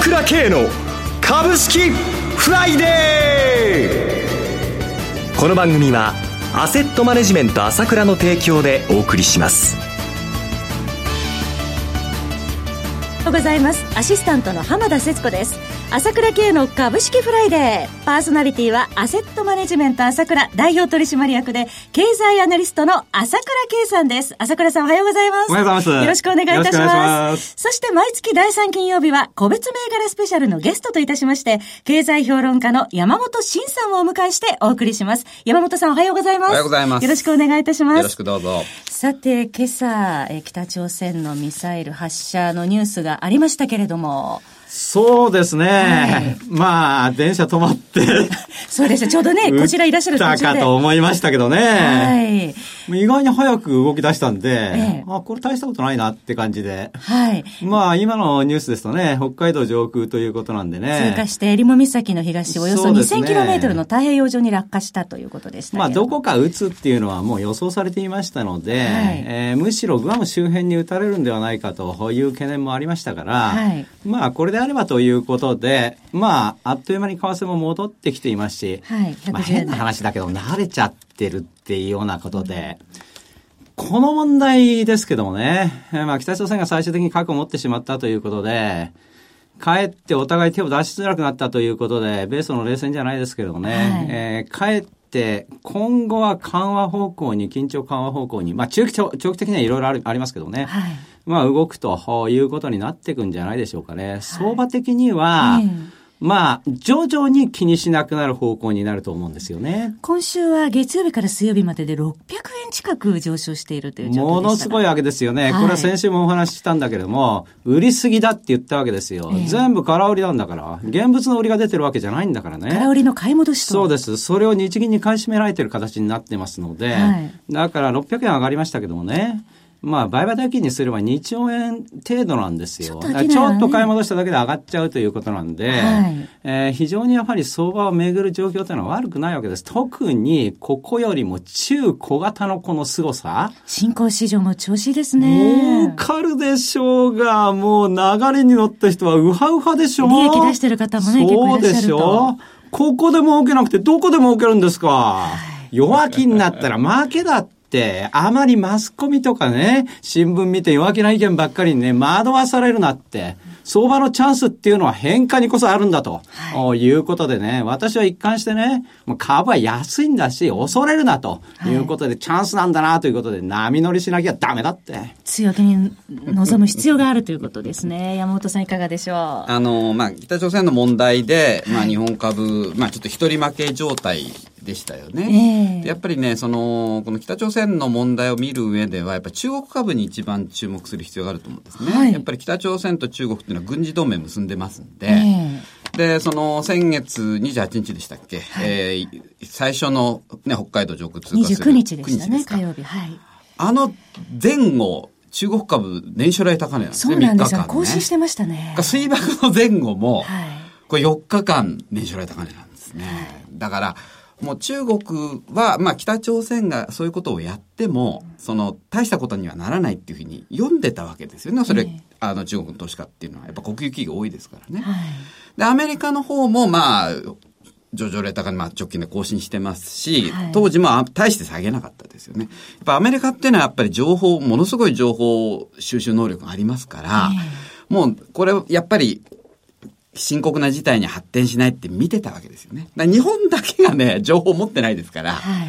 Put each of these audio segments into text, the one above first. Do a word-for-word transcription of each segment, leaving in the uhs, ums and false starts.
倉慶の株式フライデー。この番組はアセットマネジメント朝倉の提供でお送りします。 おはようございます。アシスタントの浜田節子です。朝倉慶の株式フライデー。パーソナリティはアセットマネジメント朝倉代表取締役で経済アナリストの朝倉慶さんです。朝倉さん、おはようございます。 おはようございます。 よろしくお願いいたします。 よろしくお願いします。 そして毎月だいさん金曜日は個別銘柄スペシャルのゲストといたしまして、経済評論家の山本慎さんをお迎えしてお送りします。山本さん、おはようございます。 おはようございます。 よろしくお願いいたします。 よろしくどうぞ。 さて、今朝え北朝鮮のミサイル発射のニュースがありましたけれども、 そうですね、はい、まあ電車止まってそうですね、ちょうどねこちらいらっしゃる途中で撃ったかと思いましたけどね、 はい、 意外に早く動き出したんで、ええ、あこれ大したことないなって感じで、 はい、 まあ今のニュースですとね、北海道上空ということなんでね、 通過して襟裳岬の東およそ にせんキロメートル の太平洋上に落下したということでしたけど、 まあどこか撃つっていうのはもう予想されていましたので、はい、えー、むしろグアム周辺に撃たれるんではないかという懸念もありましたから、はい、まあこれであればということで、まああっという間に為替も戻ってきていますし、はい、まあ、変な話だけど慣れちゃってるっていうようなことで、うん、この問題ですけどもね、まあ北朝鮮が最終的に核を持ってしまったということで、かえってお互い手を出しづらくなったということで、米ソの冷戦じゃないですけどもね、はい、えー、かえって今後は緩和方向に、緊張緩和方向に、まあ中期、長期的にはいろいろある、ありますけどね、はい、まあ動くということになっていくんじゃないでしょうかね。はい、相場的には、うん、まあ徐々に気にしなくなる方向になると思うんですよね。 今週は月曜日から水曜日まででろっぴゃくえん近く上昇しているという状況でしたが、 ものすごいわけですよね。はい、これは先週もお話ししたんだけれども、売りすぎだって言ったわけですよ。えー、全部空売りなんだから、現物の売りが出てるわけじゃないんだからね。 空売りの買い戻しと。 そうです。それを日銀に買い占められてる形になってますので、はい、だからろっぴゃくえん上がりましたけどもね、まあ、売買代金にすればにちょうえん程度なんですよ。ちょっと、ね、ちょっと買い戻しただけで上がっちゃうということなんで、はい、えー、非常にやはり相場を巡る状況というのは悪くないわけです。特にここよりも中小型のこの凄さ。 新興市場も調子いいですね。 儲かるでしょうが、もう流れに乗った人はウハウハでしょう。 利益出してる方もね、結構いらっしゃると。そうでしょう。 ここで儲けなくてどこで儲けるんですか。はい、弱気になったら負けだって。あまりマスコミとかね、新聞見て弱気な意見ばっかりにね、惑わされるなって。相場のチャンスっていうのは変化にこそあるんだと、はい、いうことでね、私は一貫してね、もう株は安いんだし、恐れるなということで、はい、チャンスなんだなということで、波乗りしなきゃダメだって。 強気に臨む必要があるということですね。山本さんいかがでしょう。 あの、まあ、北朝鮮の問題で、まあ、日本株、まあ、ちょっと一人負け状態でしたよね。えー、でやっぱりね、その、この北朝鮮の問題を見る上では、やっぱり中国株に一番注目する必要があると思うんですね。はい、やっぱり北朝鮮と中国っていうのは軍事同盟結んでますんで、えー、で、その先月にじゅうはちにちでしたっけ、はい、えー、最初のね、北海道上空通過する。 にじゅうくにちでしたね、火曜日。はい。 あの前後、中国株年初来高値なんですね。 そうなんですよ。 みっかかんね、 更新してましたね。 水爆の前後も、 はい、 これよっかかん年初来高値なんですね。はい、だから、もう中国は、まあ北朝鮮がそういうことをやっても、その大したことにはならないっていうふうに読んでたわけですよね。それ、えー、あの中国の投資家っていうのはやっぱ国有企業多いですからね。はい、で、アメリカの方もまあ、上場レーターがまあ直近で更新してますし、はい、当時も大して下げなかったですよね。やっぱアメリカっていうのはやっぱり情報、ものすごい情報収集能力がありますから、えー、もうこれやっぱり、深刻な事態に発展しないって見てたわけですよね。だから日本だけがね、情報を持ってないですから。はい、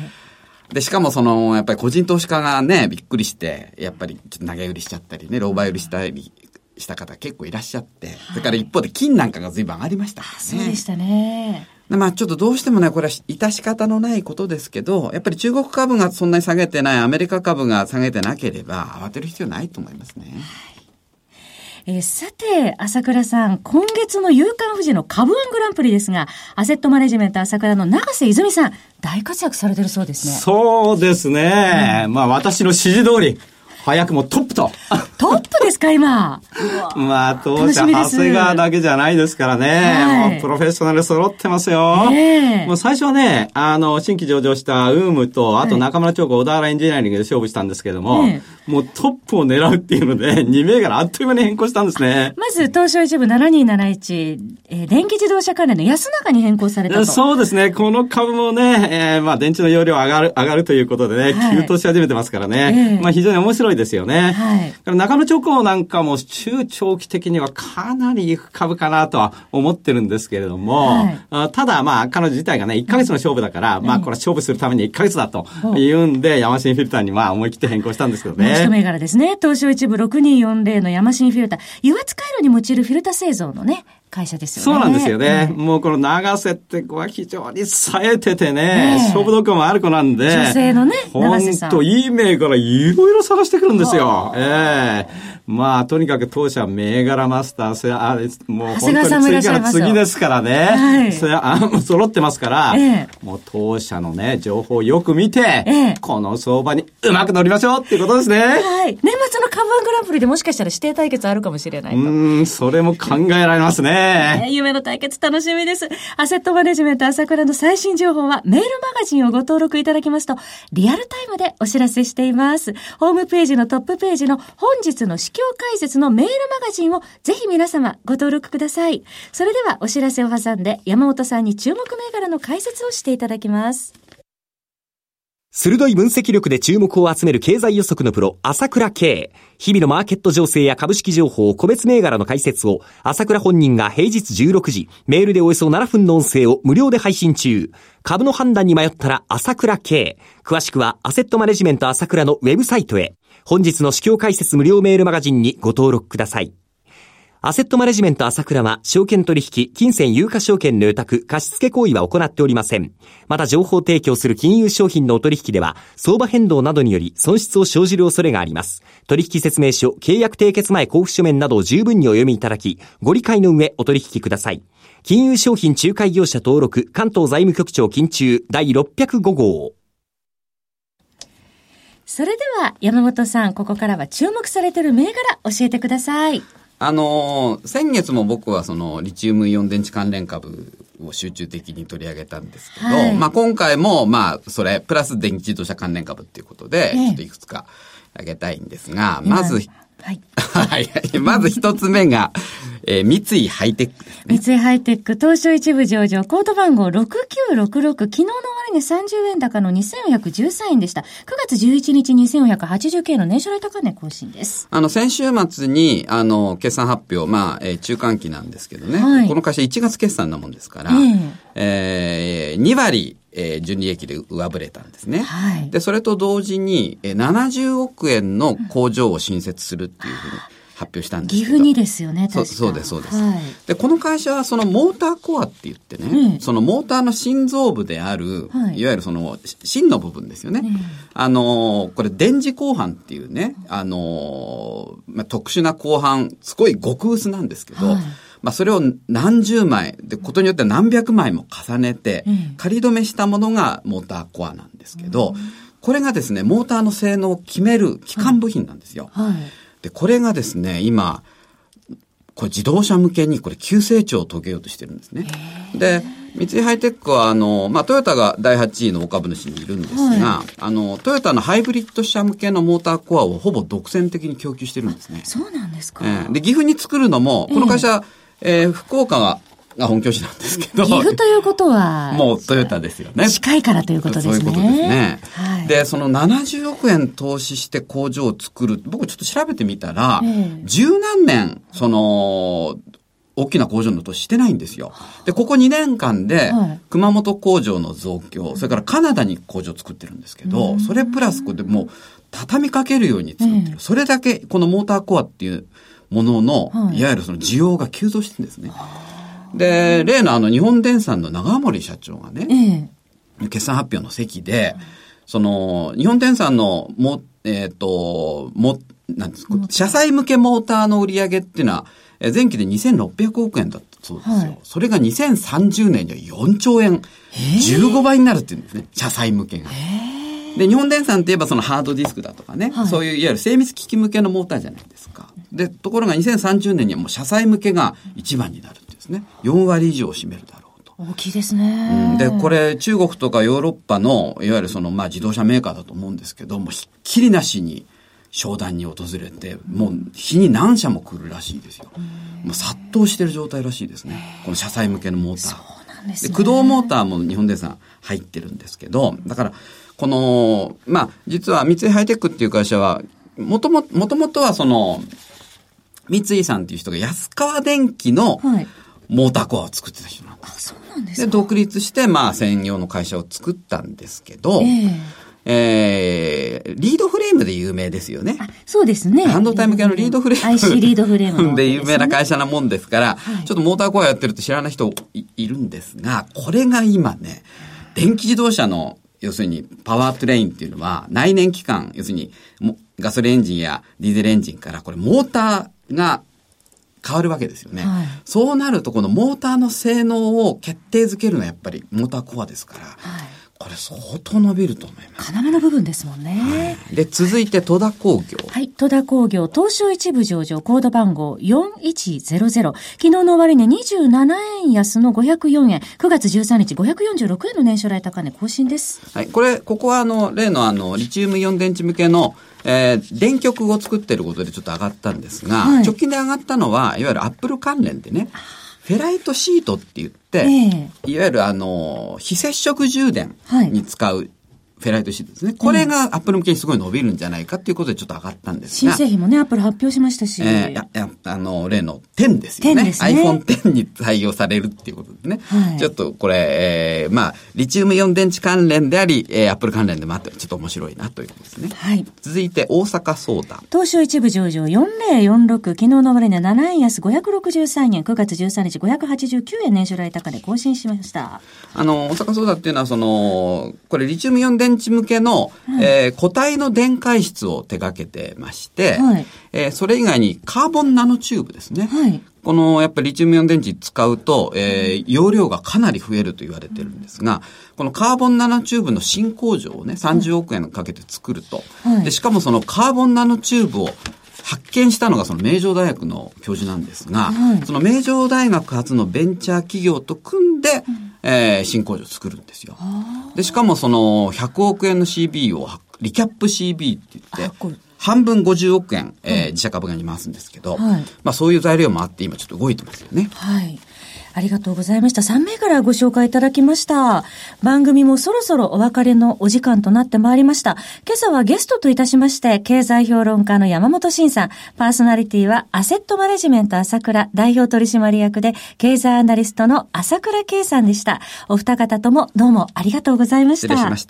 で、しかもその、やっぱり個人投資家がね、びっくりして、やっぱりちょっと投げ売りしちゃったりね、狼狽売りしたりした方結構いらっしゃって、はい、それから一方で金なんかが随分上がりましたからね。 そうでしたね。 でまあちょっとどうしてもね、これは致し方のないことですけど、やっぱり中国株がそんなに下げてない、アメリカ株が下げてなければ、慌てる必要ないと思いますね。 えー、さて、朝倉さん、今月の夕刊富士の株ワングランプリですが、アセットマネジメント朝倉の永瀬泉さん、大活躍されてるそうですね。 そうですね。うん、まあ私の指示通り、 早くもトップと。 トップですか、今。 まあ、当社、長谷川だけじゃないですからね。はい、もう、プロフェッショナル揃ってますよ。えー、もう最初はね、あの、新規上場したウームと、あと中村長子、小田原エンジニアリングで勝負したんですけども、えー、もうトップを狙うっていうので、に銘柄あっという間に変更したんですね。 まず、東証一部ななにーなないち、えー、電気自動車関連の安中に変更されたと。 そうですね。この株もね、えー、まあ、電池の容量上がる、上がるということでね、はい、急騰し始めてますからね。えー、まあ、非常に面白いですよね。はい、中野長江なんかも中長期的にはかなりいい株かなとは思ってるんですけれども、はい、あただまあ彼女自体がねいっかげつの勝負だから、うん、まあこれは勝負するためにいっかげつだというんで、ヤマシンフィルターにまあ思い切って変更したんですけどね。 もう一銘柄ですね。東証一部ろくにーよんぜろのヤマシンフィルター、油圧回路に用いるフィルター製造のね会社ですよね。 そうなんですよね。うん、もうこの長瀬って子は非常に冴えててね、えー、勝負度胸もある子なんで。 女性のね、長瀬さん。 ほんといい銘柄いろいろ探してくるんですよ。ええー、まあ、とにかく当社銘柄マスター、あもう本当に次から次ですからね。はい、それあ揃ってますから、えー、もう当社のね、情報をよく見て、えー、この相場にうまく乗りましょうっていうことですね。 はい。年末のカバングランプリでもしかしたら指定対決あるかもしれないと。 うん、それも考えられますね。 夢の対決楽しみです。アセットマネジメント朝倉の最新情報はメールマガジンをご登録いただきますとリアルタイムでお知らせしています。ホームページのトップページの本日の市況解説のメールマガジンをぜひ皆様ご登録ください。それではお知らせを挟んで山本さんに注目銘柄の解説をしていただきます。 鋭い分析力で注目を集める経済予測のプロ、朝倉慶。日々のマーケット情勢や株式情報、個別銘柄の解説を、朝倉本人が平日じゅうろくじ、メールでおよそななふんの音声を無料で配信中。株の判断に迷ったら朝倉慶。詳しくは、アセットマネジメント朝倉のウェブサイトへ。本日の市況解説無料メールマガジンにご登録ください。アセットマネジメント朝倉は、証券取引、金銭有価証券の予託、貸付行為は行っておりません。また情報提供する金融商品のお取引では、相場変動などにより損失を生じる恐れがあります。取引説明書、契約締結前交付書面などを十分にお読みいただき、ご理解の上お取引ください。金融商品仲介業者登録、関東財務局長金中第ろっぴゃくご号。 それでは山本さん、ここからは注目されている銘柄教えてください。 あのー、先月も僕はそのリチウムイオン電池関連株を集中的に取り上げたんですけど、はい、まあ今回もまあそれプラス電気自動車関連株っていうことで、ちょっといくつか挙げたいんですが、まず、はい。はい。まず一つ目が、えー、三井ハイテックですね。 三井ハイテック、東証一部上場、コード番号ろくきゅうろくろく、昨日の終値さんじゅうえん高のにせんよんひゃくじゅうさんえんでした。くがつじゅういちにちにせんよんひゃくはちじゅうきゅうえんの年初来高値更新です。 あの、先週末に、あの、決算発表、まあ、えー、中間期なんですけどね、はい、この会社いちがつ決算なもんですから、えーえー、にわり、えー、純利益で上振れたんですね。はい。で、それと同時に、えー、ななじゅうおくえんの工場を新設するっていうふうに発表したんですけど。 岐阜にですよね、確か。 そう、そうです、そうです。はい。で、この会社はそのモーターコアって言ってね、うん、そのモーターの心臓部である、はい、いわゆるその芯の部分ですよね。うん、あのー、これ電磁鋼板っていうね、あのー、まあ、特殊な鋼板、すごい極薄なんですけど、はい、まあ、それを何十枚で、ことによっては何百枚も重ねて、仮止めしたものがモーターコアなんですけど、これがですね、モーターの性能を決める基幹部品なんですよ。はいはい、で、これがですね、今、これ自動車向けにこれ急成長を遂げようとしてるんですね。で、三井ハイテックは、あの、まあ、トヨタがだいはちいの大株主にいるんですが、はい、あの、トヨタのハイブリッド車向けのモーターコアをほぼ独占的に供給してるんですね。 そうなんですか。 えー、で、岐阜に作るのも、この会社、えーえー、福岡が、が本拠地なんですけど。 岐阜ということは。 もうトヨタですよね。 近いからということですね。 そういうことですね。はい、で、そのななじゅうおくえん投資して工場を作る。僕ちょっと調べてみたら、十、えー、何年、その、大きな工場の投資してないんですよ。で、ここにねんかんで、熊本工場の増強、それからカナダに工場を作ってるんですけど、うん、それプラスこれでもう畳みかけるように作ってる。えー、それだけ、このモーターコアっていうものの、はい、いわゆるその需要が急増してるんですね。で、例のあの日本電産の長森社長がね、えー、決算発表の席で、その、日本電産のも、えっと、も、なんですか、車載向けモーターの売り上げっていうのは、前期でにせんろっぴゃくおくえんだったそうですよ。はい、それがにせんさんじゅうねんにはよんちょうえん、じゅうごばいになるっていうんですね。車載向けが。 で、日本電産って言えばそのハードディスクだとかね、はい、そういういわゆる精密機器向けのモーターじゃないですか。で、ところがにせんさんじゅうねんにはもう車載向けが一番になるってですね、よんわり以上を占めるだろうと。 大きいですね。 うん、で、これ中国とかヨーロッパのいわゆるそのまあ自動車メーカーだと思うんですけども、ひっきりなしに商談に訪れて、もう日に何社も来るらしいですよ。もう殺到してる状態らしいですね。この車載向けのモーター。 そうなんですね。 で、駆動モーターも日本電産入ってるんですけど、だから、この、まあ、実は三井ハイテクっていう会社は、もとも、もともとはその、三井さんっていう人が安川電機のモーターコアを作ってた人なんです。 はい、あ、そうなんですか。 で、独立して、まあ、専用の会社を作ったんですけど、えーえー、リードフレームで有名ですよね。 あ、そうですね。 半導体向けのリードフレーム。アイシーリードフレーム、 ね。で有名な会社なもんですから、はい、ちょっとモーターコアやってるって知らない人 い, いるんですが、これが今ね、電気自動車の、要するにパワートレインっていうのは内燃機関、要するにガソリンエンジンやディーゼルエンジンからこれモーターが変わるわけですよね。はい、そうなるとこのモーターの性能を決定づけるのはやっぱりモーターコアですから、はい、これ相当伸びると思います。 要の部分ですもんね。 はい、で、続いて戸田工業。 はい、戸田工業、東証一部上場、コード番号よんいちゼロゼロ。昨日の終値にじゅうななえん安のごひゃくよんえん。くがつじゅうさんにちごひゃくよんじゅうろくえんの年初来高値更新です。 はい、これ、ここはあの、例のあの、リチウムイオン電池向けの、えー、電極を作っていることでちょっと上がったんですが、はい、直近で上がったのは、いわゆるアップル関連でね、フェライトシートって言って、えー、いわゆるあの、非接触充電に使うフェライトシートですね。これがアップル向けにすごい伸びるんじゃないかっていうことでちょっと上がったんですが。 新製品もね、アップル発表しましたし。 えー、ややあの、例のテンですよね。 ですね。 iPhone テンに採用されるっていうことですね。はい、ちょっとこれ、えー、まあ、リチウムイオン電池関連であり、えー、アップル関連でもあって、ちょっと面白いなということですね。 はい。 続いて、大阪ソーダ。 東証一部上場よんぜろよんろく、昨日の終値ななえん安ごひゃくろくじゅうさんえん、くがつじゅうさんにちごひゃくはちじゅうきゅうえん年初来高値更新しました。 あの、大阪ソーダっていうのは、その、これリチウムイオン電池向けの、はい、えー、固体の電解質を手掛けてまして、はい、えー、それ以外にカーボンナノチューブですね。はい、このやっぱりリチウムイオン電池使うと、えー、容量がかなり増えると言われてるんですが、このカーボンナノチューブの新工場をね、さんじゅうおくえんかけて作ると。はい、で、しかもそのカーボンナノチューブを発見したのがその名城大学の教授なんですが、はい、その名城大学発のベンチャー企業と組んで、うん、えー、新工場を作るんですよ。で、しかもそのひゃくおくえんの シービー をリキャップ シービー って言って、半分ごじゅうおくえん、えー、自社株買いに回すんですけど、はい、まあそういう材料もあって今ちょっと動いてますよね。 はい。ありがとうございました。さんめいからご紹介いただきました。番組もそろそろお別れのお時間となってまいりました。今朝はゲストといたしまして、経済評論家の山本慎さん、パーソナリティはアセットマネジメント朝倉代表取締役で、経済アナリストの朝倉圭さんでした。お二方ともどうもありがとうございました。 失礼しました。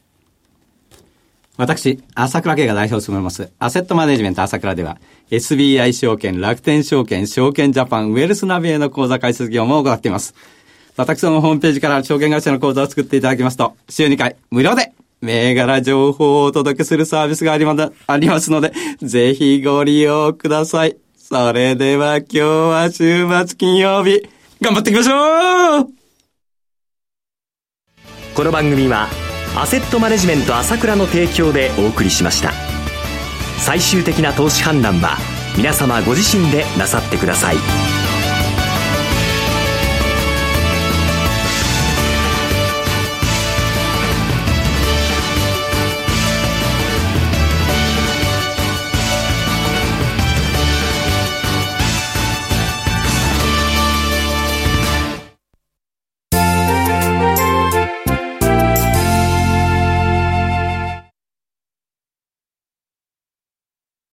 私、朝倉圭が代表を務めます、アセットマネジメント朝倉では、エスビーアイ 証券、楽天証券、証券ジャパン、ウェルスナビへの口座開設業務を行っています。私のホームページから証券会社の口座を作っていただきますと、週にかい無料で銘柄情報をお届けするサービスがありま、ありますので、ぜひご利用ください。それでは今日は週末金曜日、頑張っていきましょう。 この番組は、アセットマネジメント朝倉の提供でお送りしました。最終的な投資判断は皆様ご自身でなさってください。